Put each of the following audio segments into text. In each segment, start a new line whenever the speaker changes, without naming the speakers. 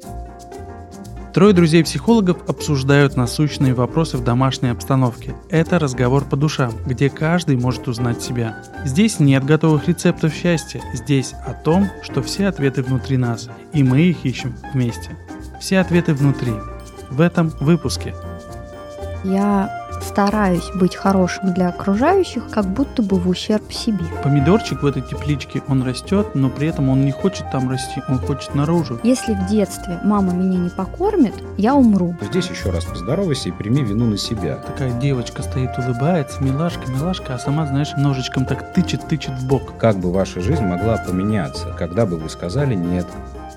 Трое друзей-психологов обсуждают насущные вопросы в домашней обстановке. Это разговор по душам, где каждый может узнать себя. Здесь нет готовых рецептов счастья, здесь о том, что все ответы внутри нас, и мы их ищем вместе. Все ответы внутри. В этом выпуске.
Я стараюсь быть хорошим для окружающих, как будто бы в ущерб себе.
Помидорчик в этой тепличке, он растет, но при этом он не хочет там расти, он хочет наружу.
Если в детстве мама меня не покормит, я умру.
Здесь еще раз поздоровайся и прими вину на себя.
Такая девочка стоит, улыбается, милашка, а сама, знаешь, ножичком так тычет в бок.
Как бы ваша жизнь могла поменяться, когда бы вы сказали «нет».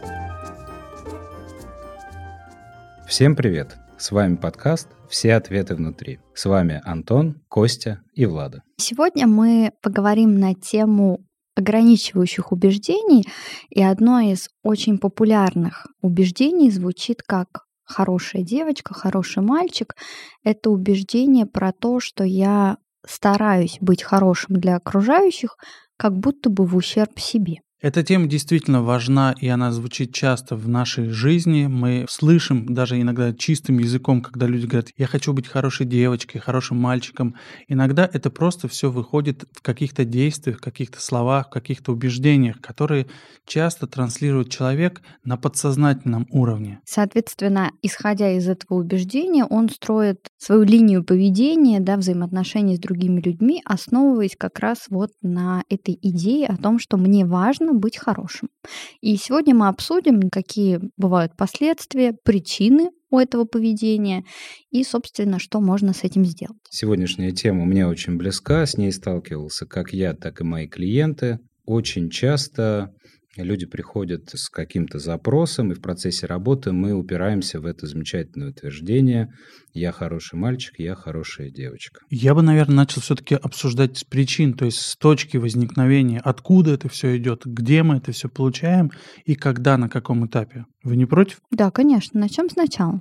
Всем привет! С вами подкаст «Все ответы внутри». С вами Антон, Костя и Влада.
Сегодня мы поговорим на тему ограничивающих убеждений, и одно из очень популярных убеждений звучит как «хорошая девочка», «хороший мальчик». Это убеждение про то, что я стараюсь быть хорошим для окружающих, как будто бы в ущерб себе.
Эта тема действительно важна, и она звучит часто в нашей жизни. Мы слышим даже иногда чистым языком, когда люди говорят: «Я хочу быть хорошей девочкой, хорошим мальчиком». Иногда это просто все выходит в каких-то действиях, в каких-то словах, в каких-то убеждениях, которые часто транслирует человек на подсознательном уровне.
Соответственно, исходя из этого убеждения, он строит свою линию поведения, взаимоотношений с другими людьми, основываясь как раз вот на этой идее о том, что мне важно быть хорошим. И сегодня мы обсудим, какие бывают последствия, причины у этого поведения и, собственно, что можно с этим сделать.
Сегодняшняя тема мне очень близка, с ней сталкивался как я, так и мои клиенты. Очень часто люди приходят с каким-то запросом, и в процессе работы мы упираемся в это замечательное утверждение: «Я хороший мальчик, я хорошая девочка».
Я бы, наверное, начал все-таки обсуждать с причин, то есть с точки возникновения, откуда это все идет, где мы это все получаем и когда, на каком этапе. Вы не против?
Да, конечно. Начнем сначала.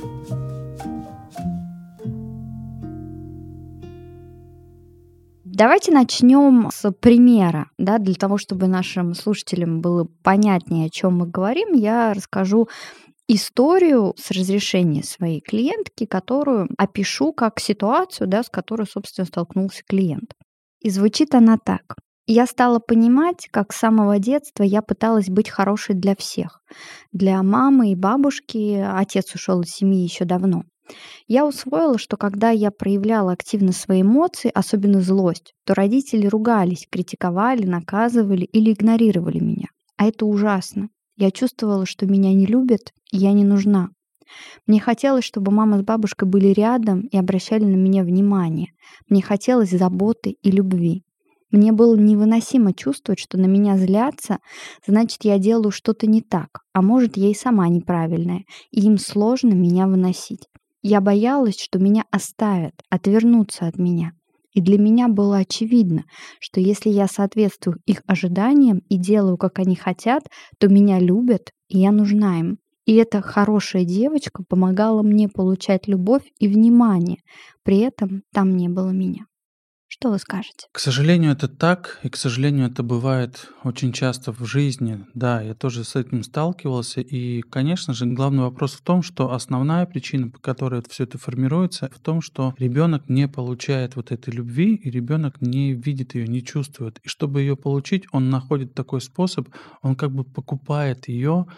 Давайте начнем с примера, для того, чтобы нашим слушателям было понятнее, о чем мы говорим. Я расскажу историю с разрешения своей клиентки, которую опишу как ситуацию, с которой, собственно, столкнулся клиент. И звучит она так. Я стала понимать, как с самого детства я пыталась быть хорошей для всех. Для мамы и бабушки. Отец ушел из семьи еще давно. Я усвоила, что когда я проявляла активно свои эмоции, особенно злость, то родители ругались, критиковали, наказывали или игнорировали меня. А это ужасно. Я чувствовала, что меня не любят, и я не нужна. Мне хотелось, чтобы мама с бабушкой были рядом и обращали на меня внимание. Мне хотелось заботы и любви. Мне было невыносимо чувствовать, что на меня злятся, значит, я делаю что-то не так, а может, я и сама неправильная, и им сложно меня выносить. Я боялась, что меня оставят, отвернутся от меня. И для меня было очевидно, что если я соответствую их ожиданиям и делаю, как они хотят, то меня любят, и я нужна им. И эта хорошая девочка помогала мне получать любовь и внимание. При этом там не было меня. Что вы скажете?
К сожалению, это так, и, к сожалению, это бывает очень часто в жизни. Да, я тоже с этим сталкивался, и, конечно же, главный вопрос в том, что основная причина, по которой все это формируется, в том, что ребенок не получает вот этой любви, и ребенок не видит ее, не чувствует. И чтобы ее получить, он находит такой способ, он как бы покупает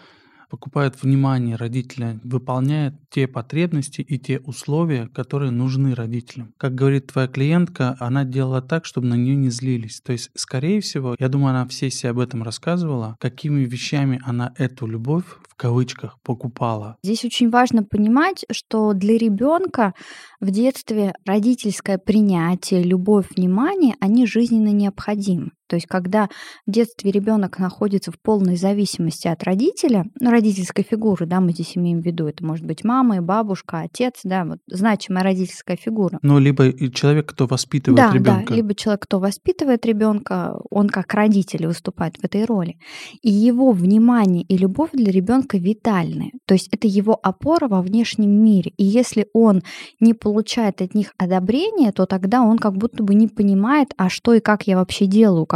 внимание родителя, выполняет те потребности и те условия, которые нужны родителям. Как говорит твоя клиентка, она делала так, чтобы на нее не злились. То есть, скорее всего, я думаю, она в сессии об этом рассказывала, какими вещами она эту любовь, в кавычках, покупала.
Здесь очень важно понимать, что для ребенка в детстве родительское принятие, любовь, внимание, они жизненно необходимы. То есть, когда в детстве ребенок находится в полной зависимости от родителя, родительской фигуры, мы здесь имеем в виду, это может быть мама, бабушка, отец, значимая родительская фигура.
Либо человек, кто воспитывает ребенка.
Либо человек, кто воспитывает ребенка, он как родитель выступает в этой роли. И его внимание и любовь для ребенка витальны. То есть это его опора во внешнем мире. И если он не получает от них одобрения, то тогда он как будто бы не понимает, а что и как я вообще делаю,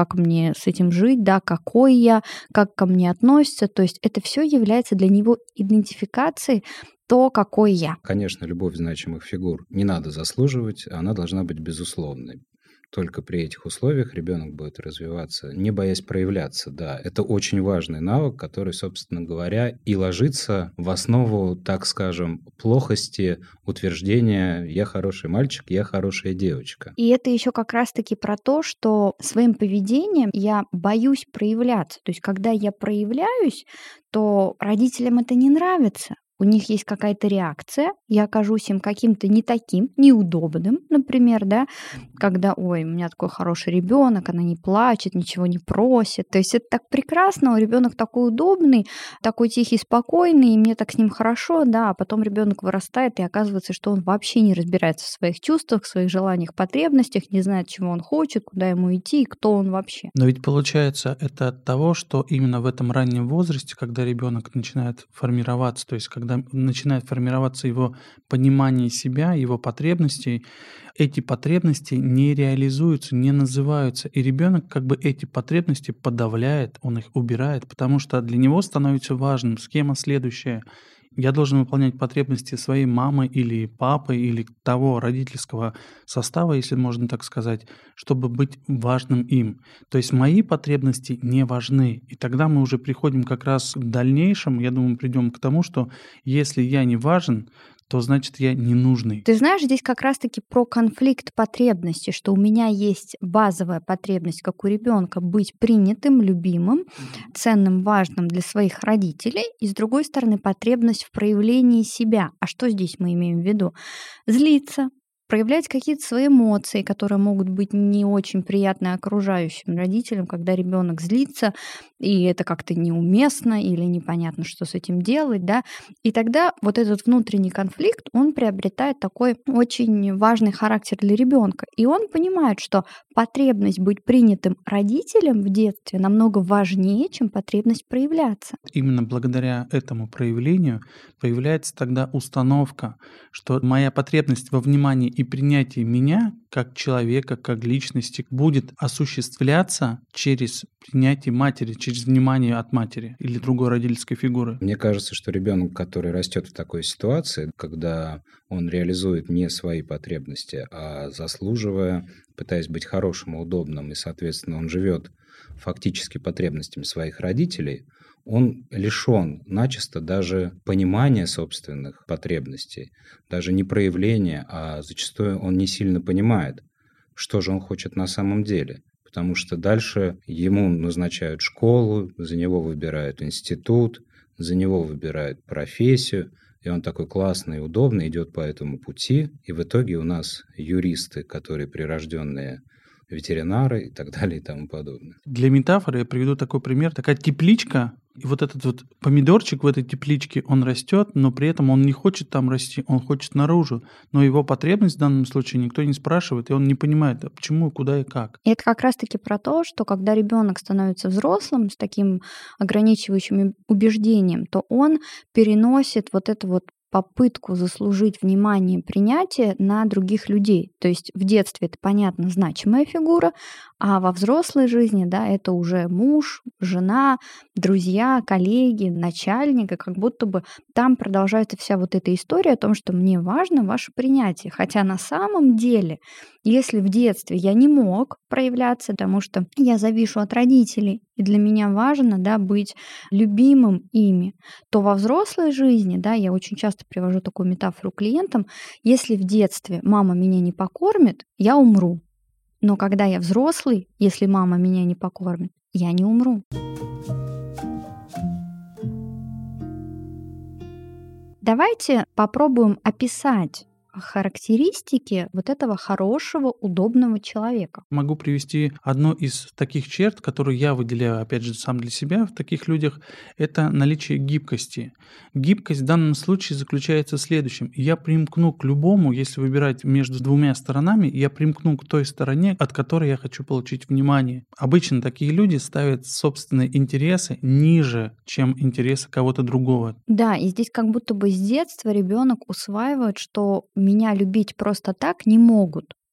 как мне с этим жить, да, какой я, как ко мне относятся. То есть это все является для него идентификацией то, какой я.
Конечно, любовь значимых фигур не надо заслуживать, она должна быть безусловной. Только при этих условиях ребенок будет развиваться, не боясь проявляться. Да, это очень важный навык, который, собственно говоря, и ложится в основу, так скажем, плохости утверждения «я хороший мальчик, я хорошая девочка».
И это еще как раз-таки про то, что своим поведением я боюсь проявляться. То есть, когда я проявляюсь, то родителям это не нравится. У них есть какая-то реакция, я окажусь им каким-то не таким, неудобным, например, да, когда, ой, у меня такой хороший ребенок, она не плачет, ничего не просит. То есть это так прекрасно, ребенок такой удобный, такой тихий, спокойный, и мне так с ним хорошо, да, а потом ребенок вырастает, и оказывается, что он вообще не разбирается в своих чувствах, в своих желаниях, потребностях, не знает, чего он хочет, куда ему идти и кто он вообще.
Но ведь получается это от того, что именно в этом раннем возрасте, когда ребенок начинает формироваться, то есть когда начинает формироваться его понимание себя, его потребностей, эти потребности не реализуются, не называются, и ребенок как бы эти потребности подавляет, он их убирает, потому что для него становится важным схема следующая. Я должен выполнять потребности своей мамы или папы, или того родительского состава, если можно так сказать, чтобы быть важным им. То есть мои потребности не важны. И тогда мы уже приходим как раз в дальнейшем, я думаю, придем к тому, что если я не важен, то значит я ненужный.
Ты знаешь, здесь как раз-таки про конфликт потребностей, что у меня есть базовая потребность, как у ребенка, быть принятым, любимым, ценным, важным для своих родителей, и с другой стороны потребность в проявлении себя. А что здесь мы имеем в виду? Злиться, проявлять какие-то свои эмоции, которые могут быть не очень приятны окружающим родителям, когда ребенок злится, и это как-то неуместно или непонятно, что с этим делать, да. И тогда вот этот внутренний конфликт, он приобретает такой очень важный характер для ребенка. И он понимает, что потребность быть принятым родителем в детстве намного важнее, чем потребность проявляться.
Именно благодаря этому проявлению появляется тогда установка, что моя потребность во внимании и принятии меня как человека, как личности будет осуществляться через принятие матери, через внимание от матери или другой родительской фигуры.
Мне кажется, что ребенок, который растет в такой ситуации, когда он реализует не свои потребности, а заслуживая, пытаясь быть хорошим и удобным, и, соответственно, он живет фактически потребностями своих родителей, он лишен начисто даже понимания собственных потребностей, даже не проявления, а зачастую он не сильно понимает, что же он хочет на самом деле. Потому что дальше ему назначают школу, за него выбирают институт, за него выбирают профессию, и он такой классный и удобный идет по этому пути. И в итоге у нас юристы, которые прирожденные ветеринары и так далее и тому подобное.
Для метафоры я приведу такой пример. Такая тепличка, и вот этот вот помидорчик в этой тепличке, он растет, но при этом он не хочет там расти, он хочет наружу. Но его потребность в данном случае никто не спрашивает, и он не понимает, а почему, куда и как.
И это как раз-таки про то, что когда ребенок становится взрослым с таким ограничивающим убеждением, то он переносит вот это вот попытку заслужить внимание и принятие на других людей. То есть в детстве это, понятно, значимая фигура, а во взрослой жизни, да, это уже муж, жена, друзья, коллеги, начальник, и как будто бы там продолжается вся вот эта история о том, что мне важно ваше принятие. Хотя на самом деле, если в детстве я не мог проявляться, потому что я завишу от родителей, и для меня важно, да, быть любимым ими, то во взрослой жизни, да, я очень часто привожу такую метафору клиентам, если в детстве мама меня не покормит, я умру. Но когда я взрослый, если мама меня не покормит, я не умру. Давайте попробуем описать характеристики вот этого хорошего, удобного человека.
Могу привести одну из таких черт, которую я выделяю, опять же, сам для себя в таких людях, это наличие гибкости. Гибкость в данном случае заключается в следующем. Я примкну к любому, если выбирать между двумя сторонами, я примкну к той стороне, от которой я хочу получить внимание. Обычно такие люди ставят собственные интересы ниже, чем интересы кого-то другого.
Да, и здесь как будто бы с детства ребенок усваивает, что меня любить просто так не могут.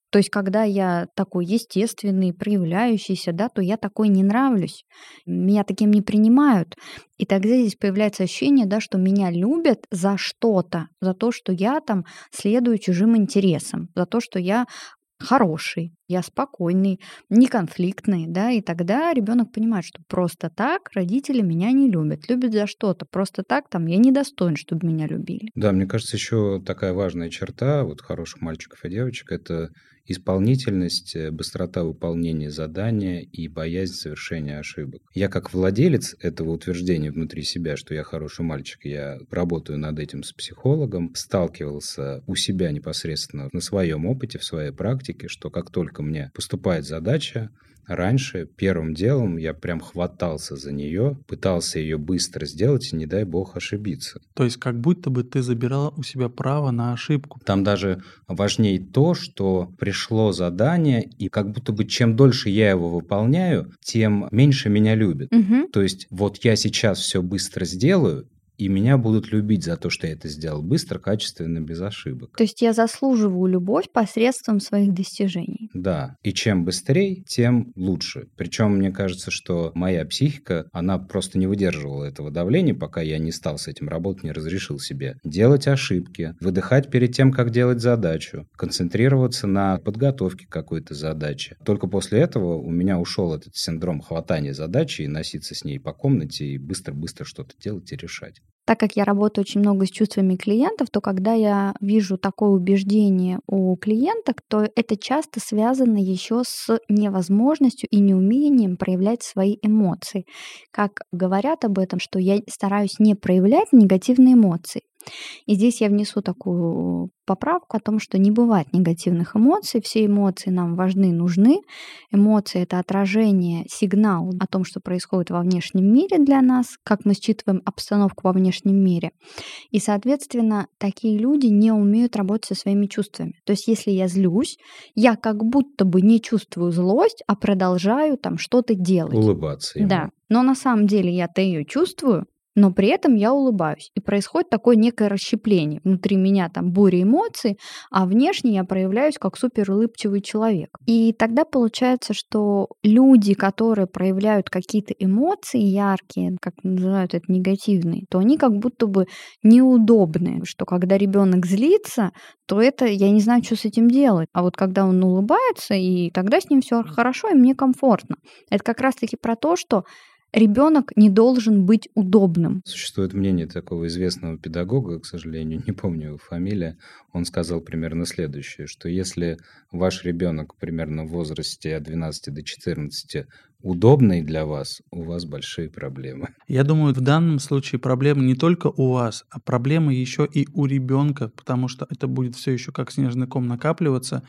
То есть, когда я такой естественный, проявляющийся, да, то я такой не нравлюсь. Меня таким не принимают. И тогда здесь появляется ощущение, да, что меня любят за что-то, за то, что я там следую чужим интересам, за то, что я хороший, я спокойный, неконфликтный, да, и тогда ребенок понимает, что просто так родители меня не любят, любят за что-то, просто так там я недостоин, чтобы меня любили.
Да, мне кажется, еще такая важная черта вот хороших мальчиков и девочек – это исполнительность, быстрота выполнения задания и боязнь совершения ошибок. Я как владелец этого утверждения внутри себя, что я хороший мальчик, я работаю над этим с психологом, сталкивался у себя непосредственно на своем опыте, в своей практике, что как только мне поступает задача, раньше первым делом я прям хватался за нее, пытался ее быстро сделать и, не дай бог, ошибиться.
То есть как будто бы ты забирал у себя право на ошибку.
Там даже важнее то, что пришло задание, и как будто бы чем дольше я его выполняю, тем меньше меня любят.
Мгм.
То есть вот я сейчас все быстро сделаю, и меня будут любить за то, что я это сделал быстро, качественно, без ошибок.
То есть я заслуживаю любовь посредством своих достижений.
Да, и чем быстрее, тем лучше. Причем мне кажется, что моя психика, она просто не выдерживала этого давления, пока я не стал с этим работать, не разрешил себе делать ошибки, выдыхать перед тем, как делать задачу, концентрироваться на подготовке какой-то задачи. Только после этого у меня ушел этот синдром хватания задачи и носиться с ней по комнате и быстро-быстро что-то делать и решать.
Так как я работаю очень много с чувствами клиентов, то когда я вижу такое убеждение у клиенток, то это часто связано еще с невозможностью и неумением проявлять свои эмоции. Как говорят об этом, что я стараюсь не проявлять негативные эмоции. И здесь я внесу такую поправку о том, что не бывает негативных эмоций, все эмоции нам важны, нужны. Эмоции — это отражение, сигнал о том, что происходит во внешнем мире для нас, как мы считываем обстановку во внешнем мире. И, соответственно, такие люди не умеют работать со своими чувствами. То есть если я злюсь, я как будто бы не чувствую злость, а продолжаю там что-то делать.
Улыбаться ему.
Да, но на самом деле я-то ее чувствую, но при этом я улыбаюсь. И происходит такое некое расщепление. Внутри меня там буря эмоций, а внешне я проявляюсь как суперулыбчивый человек. И тогда получается, что люди, которые проявляют какие-то эмоции яркие, как называют это негативные, то они как будто бы неудобные. Что когда ребенок злится, то это я не знаю, что с этим делать. А вот когда он улыбается, и тогда с ним все хорошо, и мне комфортно. Это как раз-таки про то, что ребенок не должен быть удобным.
Существует мнение такого известного педагога, к сожалению, не помню его фамилия, он сказал примерно следующее, что если ваш ребенок примерно в возрасте от 12 до 14 удобный для вас, у вас большие проблемы.
Я думаю, в данном случае проблема не только у вас, а проблема еще и у ребенка, потому что это будет все еще как снежный ком накапливаться,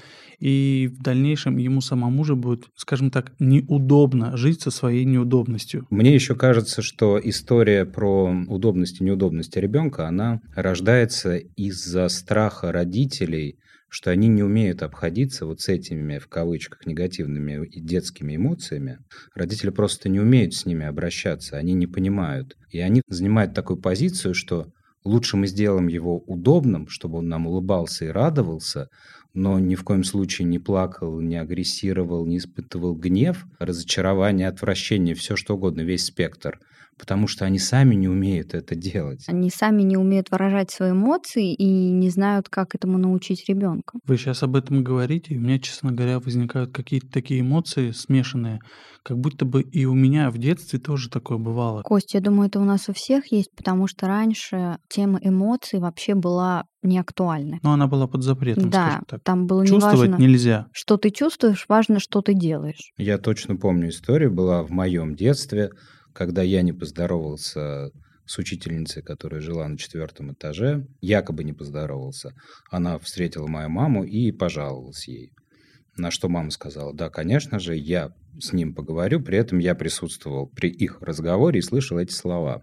и в дальнейшем ему самому же будет, скажем так, неудобно жить со своей неудобностью.
Мне еще кажется, что история про удобность и неудобность ребенка, она рождается из-за страха родителей, что они не умеют обходиться вот с этими, в кавычках, негативными и детскими эмоциями. Родители просто не умеют с ними обращаться, они не понимают. И они занимают такую позицию, что лучше мы сделаем его удобным, чтобы он нам улыбался и радовался, но ни в коем случае не плакал, не агрессировал, не испытывал гнев, разочарование, отвращение, все что угодно, весь спектр. Потому что они сами не умеют это делать.
Они сами не умеют выражать свои эмоции и не знают, как этому научить ребенка.
Вы сейчас об этом говорите, и у меня, честно говоря, возникают какие-то такие эмоции смешанные, как будто бы и у меня в детстве тоже такое бывало.
Кость, я думаю, это у нас у всех есть, потому что раньше тема эмоций вообще была не актуальна.
Но она была под запретом,
Да,
скажем так.
там было
Чувствовать
неважно,
нельзя.
что ты чувствуешь, важно, что ты делаешь.
Я точно помню, история была в моем детстве, когда я не поздоровался с учительницей, которая жила на 4 этаже, якобы не поздоровался. Она встретила мою маму и пожаловалась ей. На что мама сказала: да, конечно же, я с ним поговорю, при этом я присутствовал при их разговоре и слышал эти слова.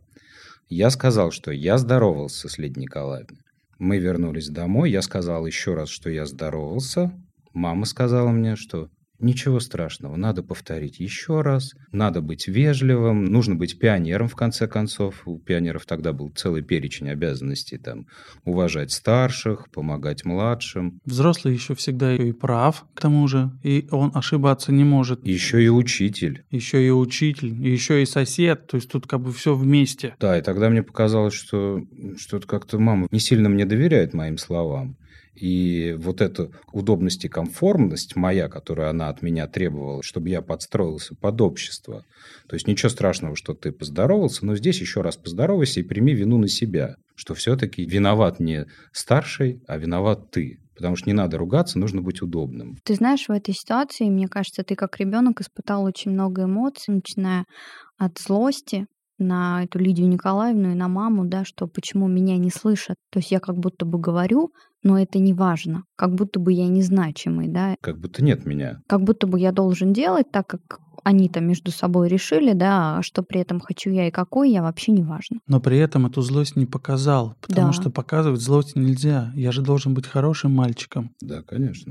Я сказал, что я здоровался с Лидией Николаевной. Мы вернулись домой, я сказал еще раз, что я здоровался. Мама сказала мне, что Ничего страшного, надо повторить еще раз, надо быть вежливым, нужно быть пионером в конце концов. У пионеров тогда был целый перечень обязанностей, там, уважать старших, помогать младшим.
Взрослый еще всегда и прав, к тому же, и он ошибаться не может.
Еще и учитель.
Еще и учитель, и еще и сосед, то есть тут как бы все вместе.
Да, и тогда мне показалось, что что-то как-то мама не сильно мне доверяет моим словам. И вот эта удобность и комфортность моя, которую она от меня требовала, чтобы я подстроился под общество. То есть ничего страшного, что ты поздоровался, но здесь еще раз поздоровайся и прими вину на себя, что все-таки виноват не старший, а виноват ты. Потому что не надо ругаться, нужно быть удобным.
Ты знаешь, в этой ситуации, мне кажется, ты как ребенок испытал очень много эмоций, начиная от злости на эту Лидию Николаевну и на маму, да, что почему меня не слышат. То есть я как будто бы говорю, но это не важно. Как будто бы я незначимый, да.
Как будто нет меня.
Как будто бы я должен делать так, как они там между собой решили, да, а что при этом хочу я и какой я, вообще не важно.
Но при этом эту злость не показал, потому
Да.
что показывать злость нельзя. Я же должен быть хорошим мальчиком.
Да, конечно.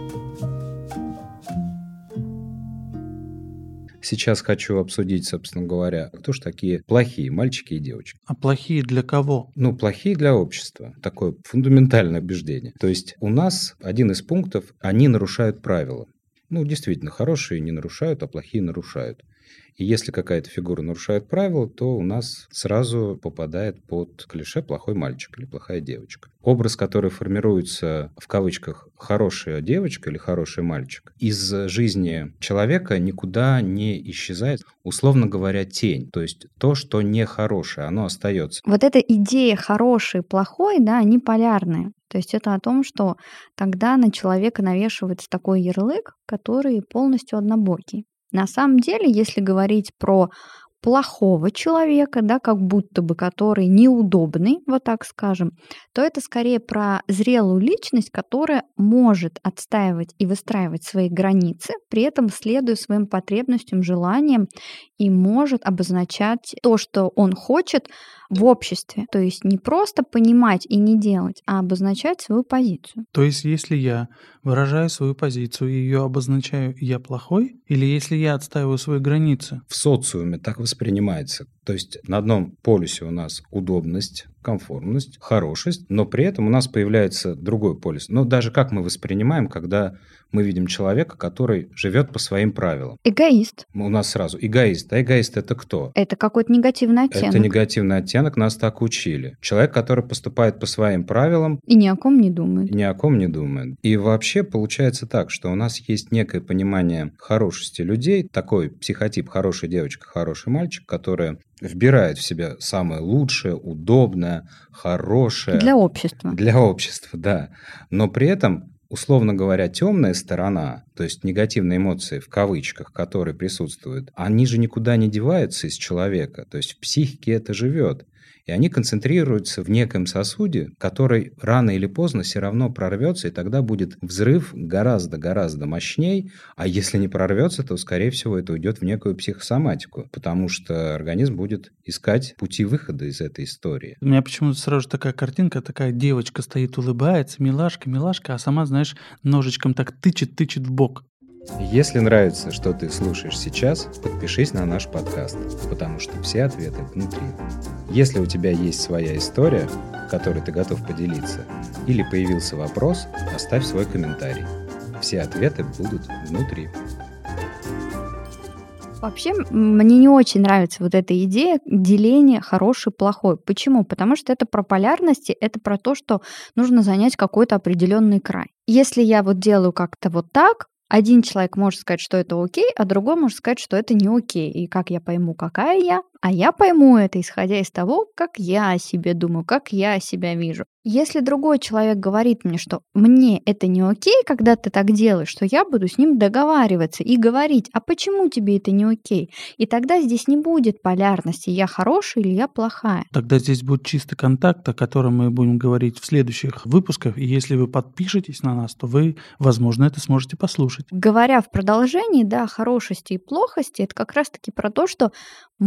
Сейчас хочу обсудить, собственно говоря, кто же такие плохие мальчики и девочки.
А плохие для кого?
Ну, плохие для общества. Такое фундаментальное убеждение. То есть у нас один из пунктов, они нарушают правила. Ну, действительно, хорошие не нарушают, а плохие нарушают. И если какая-то фигура нарушает правила, то у нас сразу попадает под клише «плохой мальчик» или «плохая девочка». Образ, который формируется в кавычках «хорошая девочка» или «хороший мальчик», из жизни человека никуда не исчезает, условно говоря, тень. То есть то, что нехорошее, оно остается.
Вот эта идея хороший, плохой, да, они полярные. То есть это о том, что тогда на человека навешивается такой ярлык, который полностью однобокий. На самом деле, если говорить про плохого человека, да, как будто бы который неудобный, вот так скажем, то это скорее про зрелую личность, которая может отстаивать и выстраивать свои границы, при этом следуя своим потребностям, желаниям и может обозначать то, что он хочет в обществе. То есть не просто понимать и не делать, а обозначать свою позицию.
То есть если я выражаю свою позицию и ее обозначаю, я плохой? Или если я отстаиваю свои границы?
В социуме так воспринимается. То есть на одном полюсе у нас удобность, комфортность, хорошесть, но при этом у нас появляется другой полюс. Но даже как мы воспринимаем, когда мы видим человека, который живет по своим правилам.
Эгоист.
У нас сразу эгоист. А эгоист – это кто?
Это какой-то негативный оттенок.
Это негативный оттенок, нас так учили. Человек, который поступает по своим правилам.
И ни о ком не думает.
Ни о ком не думает. И вообще получается так, что у нас есть некое понимание хорошести людей, такой психотип «хорошая девочка, хороший мальчик», который вбирает в себя самое лучшее, удобное, хорошее.
Для общества.
Для общества, да. Но при этом, условно говоря, темная сторона, то есть негативные эмоции в кавычках, которые присутствуют, они же никуда не деваются из человека. То есть в психике это живет. И они концентрируются в неком сосуде, который рано или поздно все равно прорвется, и тогда будет взрыв гораздо-гораздо мощней. А если не прорвется, то, скорее всего, это уйдет в некую психосоматику, потому что организм будет искать пути выхода из этой истории.
У меня почему-то сразу такая картинка, такая девочка стоит, улыбается, милашка, милашка, а сама, знаешь, ножичком так тычет в бок.
Если нравится, что ты слушаешь сейчас, подпишись на наш подкаст, потому что все ответы внутри. Если у тебя есть своя история, которой ты готов поделиться, или появился вопрос, оставь свой комментарий. Все ответы будут внутри.
Вообще, мне не очень нравится вот эта идея деления хороший, плохой. Почему? Потому что это про полярности, это про то, что нужно занять какой-то определенный край. Если я вот делаю как-то вот так, один человек может сказать, что это окей, а другой может сказать, что это не окей. И как я пойму, какая я? А я пойму это, исходя из того, как я о себе думаю, как я себя вижу. Если другой человек говорит мне, что мне это не окей, когда ты так делаешь, что я буду с ним договариваться и говорить, а почему тебе это не окей? И тогда здесь не будет полярности, я хорошая или я плохая.
Тогда здесь будет чистый контакт, о котором мы будем говорить в следующих выпусках. И если вы подпишетесь на нас, то вы, возможно, это сможете послушать.
Говоря в продолжении, да, хорошести и плохости, это как раз-таки про то, что мы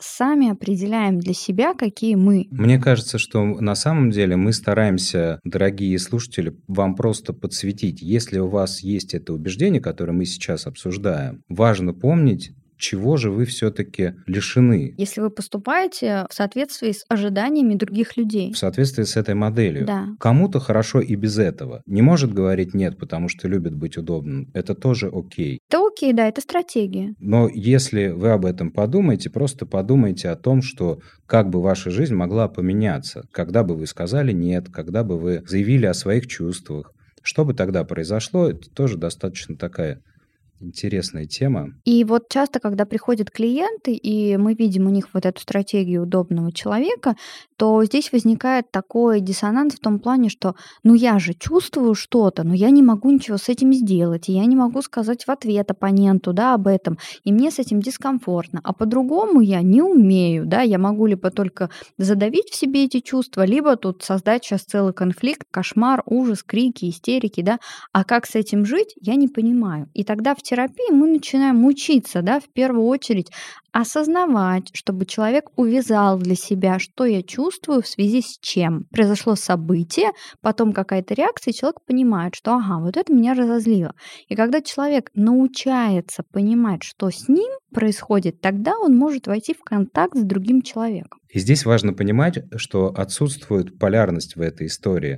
сами определяем для себя, какие мы.
Мне кажется, что на самом деле мы стараемся, дорогие слушатели, вам просто подсветить. Если у вас есть это убеждение, которое мы сейчас обсуждаем, важно помнить, чего же вы все-таки лишены.
Если вы поступаете в соответствии с ожиданиями других людей.
В соответствии с этой моделью.
Да.
Кому-то хорошо и без этого. Не может говорить нет, потому что любит быть удобным. Это тоже окей.
Это окей, да, это стратегия.
Но если вы об этом подумаете, просто подумайте о том, что как бы ваша жизнь могла поменяться, когда бы вы сказали нет, когда бы вы заявили о своих чувствах. Что бы тогда произошло, это тоже достаточно такая интересная тема.
И вот часто, когда приходят клиенты, и мы видим у них вот эту стратегию удобного человека, то здесь возникает такой диссонанс в том плане, что ну я же чувствую что-то, но я не могу ничего с этим сделать, и я не могу сказать в ответ оппоненту, да, об этом, и мне с этим дискомфортно, а по-другому я не умею, да, я могу либо только задавить в себе эти чувства, либо тут создать сейчас целый конфликт, кошмар, ужас, крики, истерики, да, а как с этим жить, я не понимаю. И тогда в терапии мы начинаем учиться, да, в первую очередь осознавать, чтобы человек увязал для себя, что я чувствую в связи с чем. Произошло событие, потом какая-то реакция, и человек понимает, что ага, вот это меня разозлило. И когда человек научается понимать, что с ним происходит, тогда он может войти в контакт с другим человеком.
И здесь важно понимать, что отсутствует полярность в этой истории.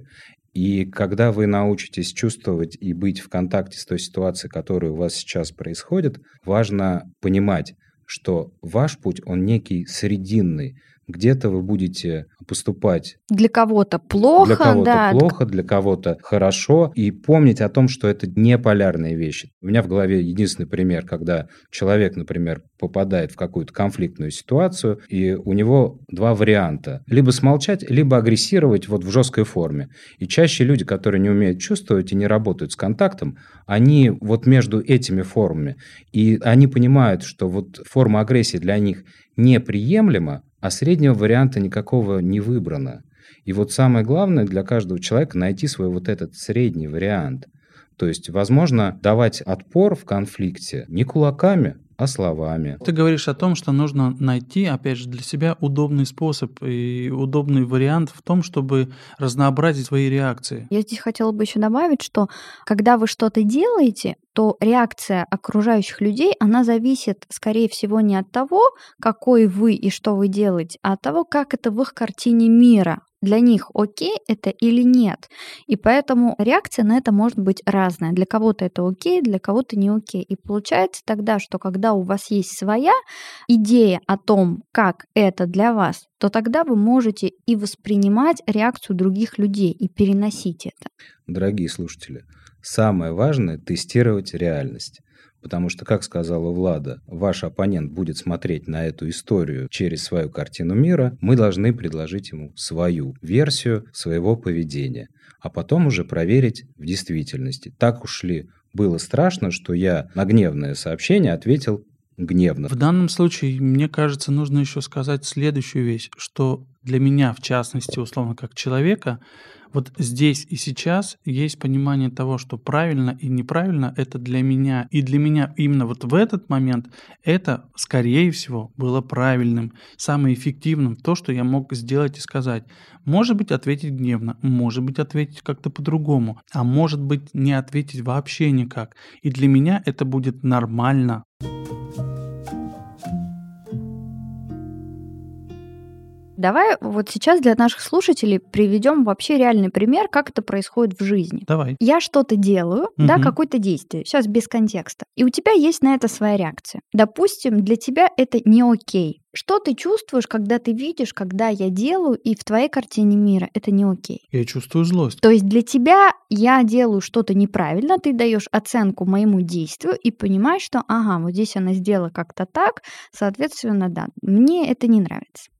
И когда вы научитесь чувствовать и быть в контакте с той ситуацией, которая у вас сейчас происходит, важно понимать, что ваш путь, он некий срединный. Где-то вы будете поступать
для кого-то плохо,
для кого-то
да,
плохо, для кого-то хорошо, и помнить о том, что это не полярные вещи. У меня в голове единственный пример, когда человек, например, попадает в какую-то конфликтную ситуацию, и у него два варианта. Либо смолчать, либо агрессировать вот в жесткой форме. И чаще люди, которые не умеют чувствовать и не работают с контактом, они вот между этими формами. И они понимают, что вот форма агрессии для них неприемлема, а среднего варианта никакого не выбрано. И вот самое главное для каждого человека найти свой вот этот средний вариант. То есть, возможно, давать отпор в конфликте не кулаками, а словами.
Ты говоришь о том, что нужно найти, опять же, для себя удобный способ и удобный вариант в том, чтобы разнообразить свои реакции.
Я здесь хотела бы еще добавить, что когда вы что-то делаете, то реакция окружающих людей, она зависит, скорее всего, не от того, какой вы и что вы делаете, а от того, как это в их картине мира. Для них окей это или нет. И поэтому реакция на это может быть разная. Для кого-то это окей, для кого-то не окей. И получается тогда, что когда у вас есть своя идея о том, как это для вас, то тогда вы можете и воспринимать реакцию других людей и переносить это.
Дорогие слушатели, самое важное – тестировать реальность. Потому что, как сказала Влада, ваш оппонент будет смотреть на эту историю через свою картину мира, мы должны предложить ему свою версию своего поведения, а потом уже проверить в действительности. Так уж ли было страшно, что я на гневное сообщение ответил гневно.
В данном случае, мне кажется, нужно еще сказать следующую вещь, что для меня, в частности, условно, как человека, вот здесь и сейчас есть понимание того, что правильно и неправильно это для меня. И для меня именно вот в этот момент это, скорее всего, было правильным, самым эффективным, то, что я мог сделать и сказать. Может быть, ответить гневно, может быть, ответить как-то по-другому, а может быть, не ответить вообще никак. И для меня это будет нормально.
Давай вот сейчас для наших слушателей приведем вообще реальный пример, как это происходит в жизни.
Давай.
Я что-то делаю, да, какое-то действие, сейчас без контекста, и у тебя есть на это своя реакция. Допустим, для тебя это не окей. Что ты чувствуешь, когда ты видишь, когда я делаю, и в твоей картине мира это не окей?
Я чувствую злость.
То есть для тебя я делаю что-то неправильно, ты даешь оценку моему действию и понимаешь, что ага, вот здесь она сделала как-то так, соответственно, да, мне это не нравится.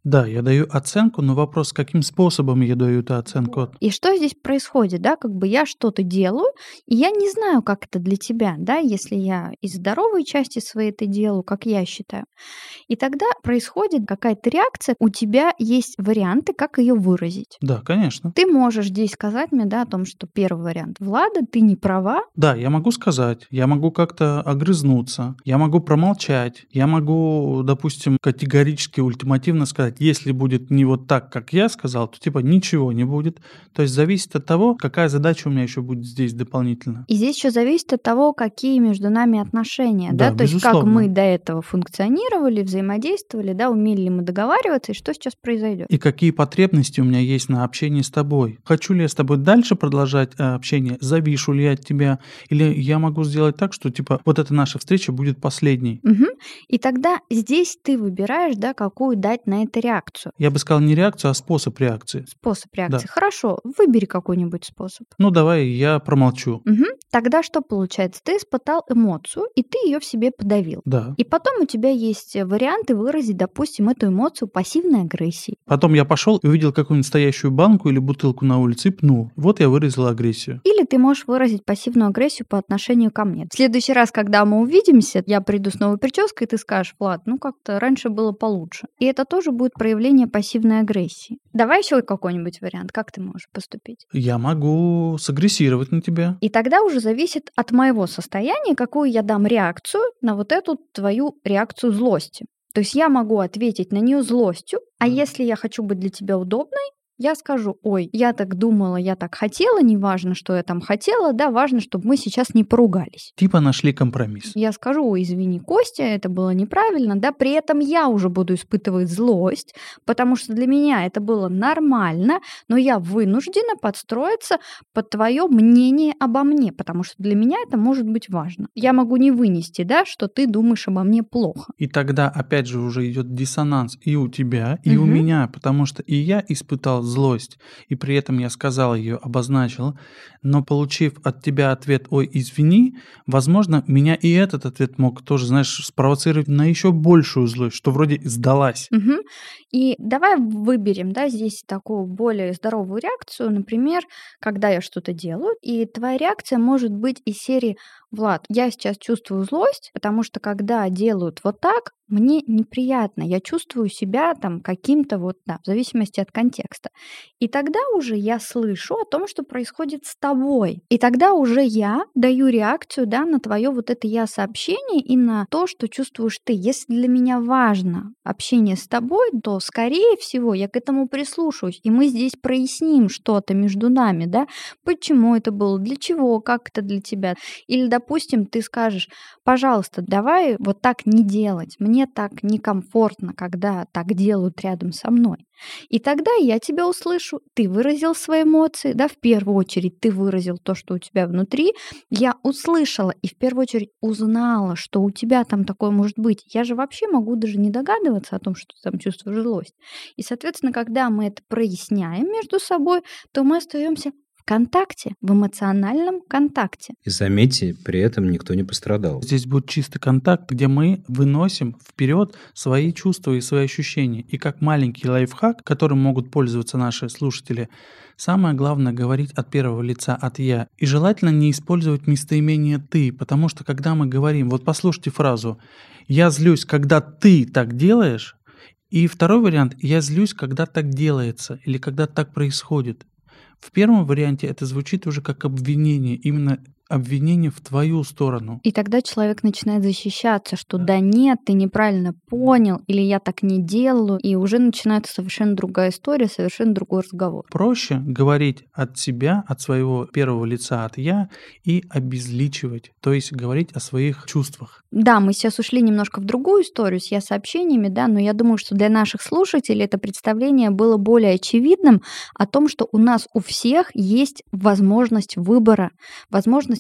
Да, я даю оценку, но вопрос, каким способом я даю эту оценку?
И что здесь происходит, да, как бы я что-то делаю, и я не знаю, как это для тебя, да, если я из здоровой части своей это делаю, как я считаю. И тогда происходит какая-то реакция, у тебя есть варианты, как ее выразить.
Да, конечно.
Ты можешь здесь сказать мне, да, о том, что первый вариант: Влада, ты не права.
Да, я могу сказать, я могу как-то огрызнуться, я могу промолчать, я могу, допустим, категорически, ультимативно сказать, если будет не вот так, как я сказал, то типа ничего не будет. То есть зависит от того, какая задача у меня еще будет здесь дополнительно.
И здесь еще зависит от того, какие между нами отношения,
Да,
да, то есть как мы
безусловно.
до этого функционировали, взаимодействовали, да, умели ли мы договариваться и что сейчас произойдет.
И какие потребности у меня есть на общение с тобой. Хочу ли я с тобой дальше продолжать общение, завишу ли я от тебя, или я могу сделать так, что типа вот эта наша встреча будет последней.
Мгм. И тогда здесь ты выбираешь, да, какую дать на это реакцию.
Я бы сказал не реакцию, а способ реакции.
Способ реакции.
Да.
Хорошо, выбери какой-нибудь способ.
Ну давай я промолчу.
Мгм. Тогда что получается? Ты испытал эмоцию, и ты ее в себе подавил.
Да.
И потом у тебя есть варианты выразить, допустим, эту эмоцию пассивной агрессией.
Потом я пошел и увидел какую-нибудь стоящую банку или бутылку на улице и пнул. Вот я выразил агрессию.
Или ты можешь выразить пассивную агрессию по отношению ко мне. В следующий раз, когда мы увидимся, я приду с новой прической, и ты скажешь: Влад, ну как-то раньше было получше. И это тоже будет проявление пассивной агрессии. Давай еще какой-нибудь вариант, как ты можешь поступить.
Я могу сагрессировать на тебя.
И тогда уже зависит от моего состояния, какую я дам реакцию на вот эту твою реакцию злости. То есть я могу ответить на нее злостью, а если я хочу быть для тебя удобной, я скажу: ой, я так думала, я так хотела, неважно, что я там хотела, да, важно, чтобы мы сейчас не поругались.
Типа нашли компромисс.
Я скажу: ой, извини, Костя, это было неправильно, да, при этом я уже буду испытывать злость, потому что для меня это было нормально, но я вынуждена подстроиться под твое мнение обо мне, потому что для меня это может быть важно. Я могу не вынести, да, что ты думаешь обо мне плохо.
И тогда опять же уже идет диссонанс и у тебя, и у
Мгм.
меня, потому что и я испытал злость, и при этом я сказал ее, обозначил, но получив от тебя ответ «Ой, извини», возможно, меня и этот ответ мог тоже, знаешь, спровоцировать на еще большую злость, что вроде сдалась.
Мгм. И давай выберем, да, здесь такую более здоровую реакцию, например, когда я что-то делаю, и твоя реакция может быть из серии: Влад, я сейчас чувствую злость, потому что когда делают вот так, мне неприятно, я чувствую себя там каким-то вот, да, в зависимости от контекста. И тогда уже я слышу о том, что происходит с тобой. И тогда уже я даю реакцию, да, на твое вот это я-сообщение и на то, что чувствуешь ты. Если для меня важно общение с тобой, то, скорее всего, я к этому прислушаюсь, и мы здесь проясним что-то между нами, да, почему это было, для чего, как это для тебя. Или, допустим, ты скажешь: пожалуйста, давай вот так не делать, мне так некомфортно, когда так делают рядом со мной. И тогда я тебя услышу, ты выразил свои эмоции, да, в первую очередь ты выразил то, что у тебя внутри, я услышала и в первую очередь узнала, что у тебя там такое может быть. Я же вообще могу даже не догадываться о том, что ты там чувствуешь злость. И, соответственно, когда мы это проясняем между собой, то мы остаемся в контакте, в эмоциональном контакте.
И заметьте, при этом никто не пострадал.
Здесь будет чистый контакт, где мы выносим вперед свои чувства и свои ощущения. И как маленький лайфхак, которым могут пользоваться наши слушатели, самое главное говорить от первого лица, от «я». И желательно не использовать местоимение «ты», потому что когда мы говорим, вот послушайте фразу «я злюсь, когда ты так делаешь», и второй вариант «я злюсь, когда так делается» или «когда так происходит». В первом варианте это звучит уже как обвинение, именно обвинение в твою сторону.
И тогда человек начинает защищаться, что да нет, ты неправильно понял, или я так не делаю, и уже начинается совершенно другая история, совершенно другой разговор.
Проще говорить от себя, от своего первого лица, от «я», и обезличивать, то есть говорить о своих чувствах.
Да, мы сейчас ушли немножко в другую историю с я-сообщениями, да, но я думаю, что для наших слушателей это представление было более очевидным о том, что у нас у всех есть возможность выбора, возможность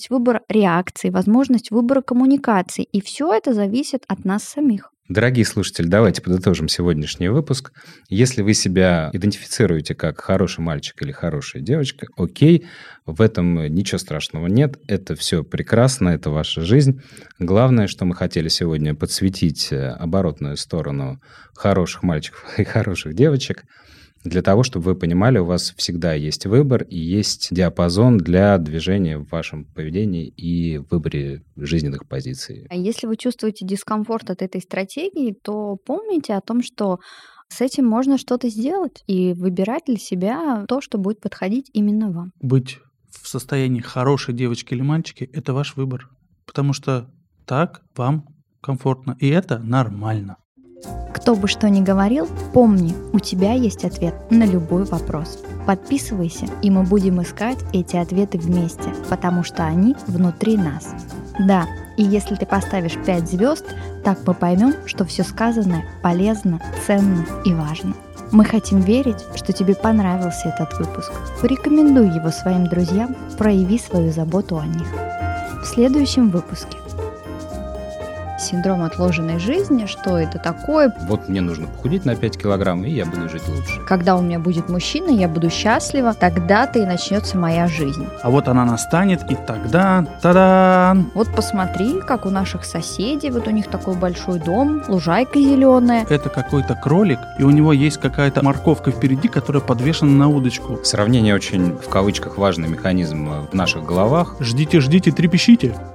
возможность выбора реакции, возможность выбора коммуникации. И все это зависит от нас самих.
Дорогие слушатели, давайте подытожим сегодняшний выпуск. Если вы себя идентифицируете как хороший мальчик или хорошая девочка, окей, в этом ничего страшного нет, это все прекрасно, это ваша жизнь. Главное, что мы хотели сегодня подсветить оборотную сторону хороших мальчиков и хороших девочек, для того, чтобы вы понимали, у вас всегда есть выбор и есть диапазон для движения в вашем поведении и выборе жизненных позиций.
А если вы чувствуете дискомфорт от этой стратегии, то помните о том, что с этим можно что-то сделать и выбирать для себя то, что будет подходить именно вам.
Быть в состоянии хорошей девочки или мальчики – это ваш выбор, потому что так вам комфортно, и это нормально.
Кто бы что ни говорил, помни, у тебя есть ответ на любой вопрос. Подписывайся, и мы будем искать эти ответы вместе, потому что они внутри нас. Да, и если ты поставишь 5 звезд, так мы поймем, что все сказанное полезно, ценно и важно. Мы хотим верить, что тебе понравился этот выпуск. Порекомендуй его своим друзьям, прояви свою заботу о них. В следующем выпуске. Синдром отложенной жизни, что это такое?
Вот мне нужно похудеть на 5 килограмм, и я буду жить лучше.
Когда у меня будет мужчина, я буду счастлива, тогда-то и начнется моя жизнь.
А вот она настанет, и тогда, та-дам!
Вот посмотри, как у наших соседей, вот у них такой большой дом, лужайка зеленая.
Это какой-то кролик, и у него есть какая-то морковка впереди, которая подвешена на удочку.
Сравнение очень, в кавычках, важный механизм в наших головах.
Ждите, трепещите.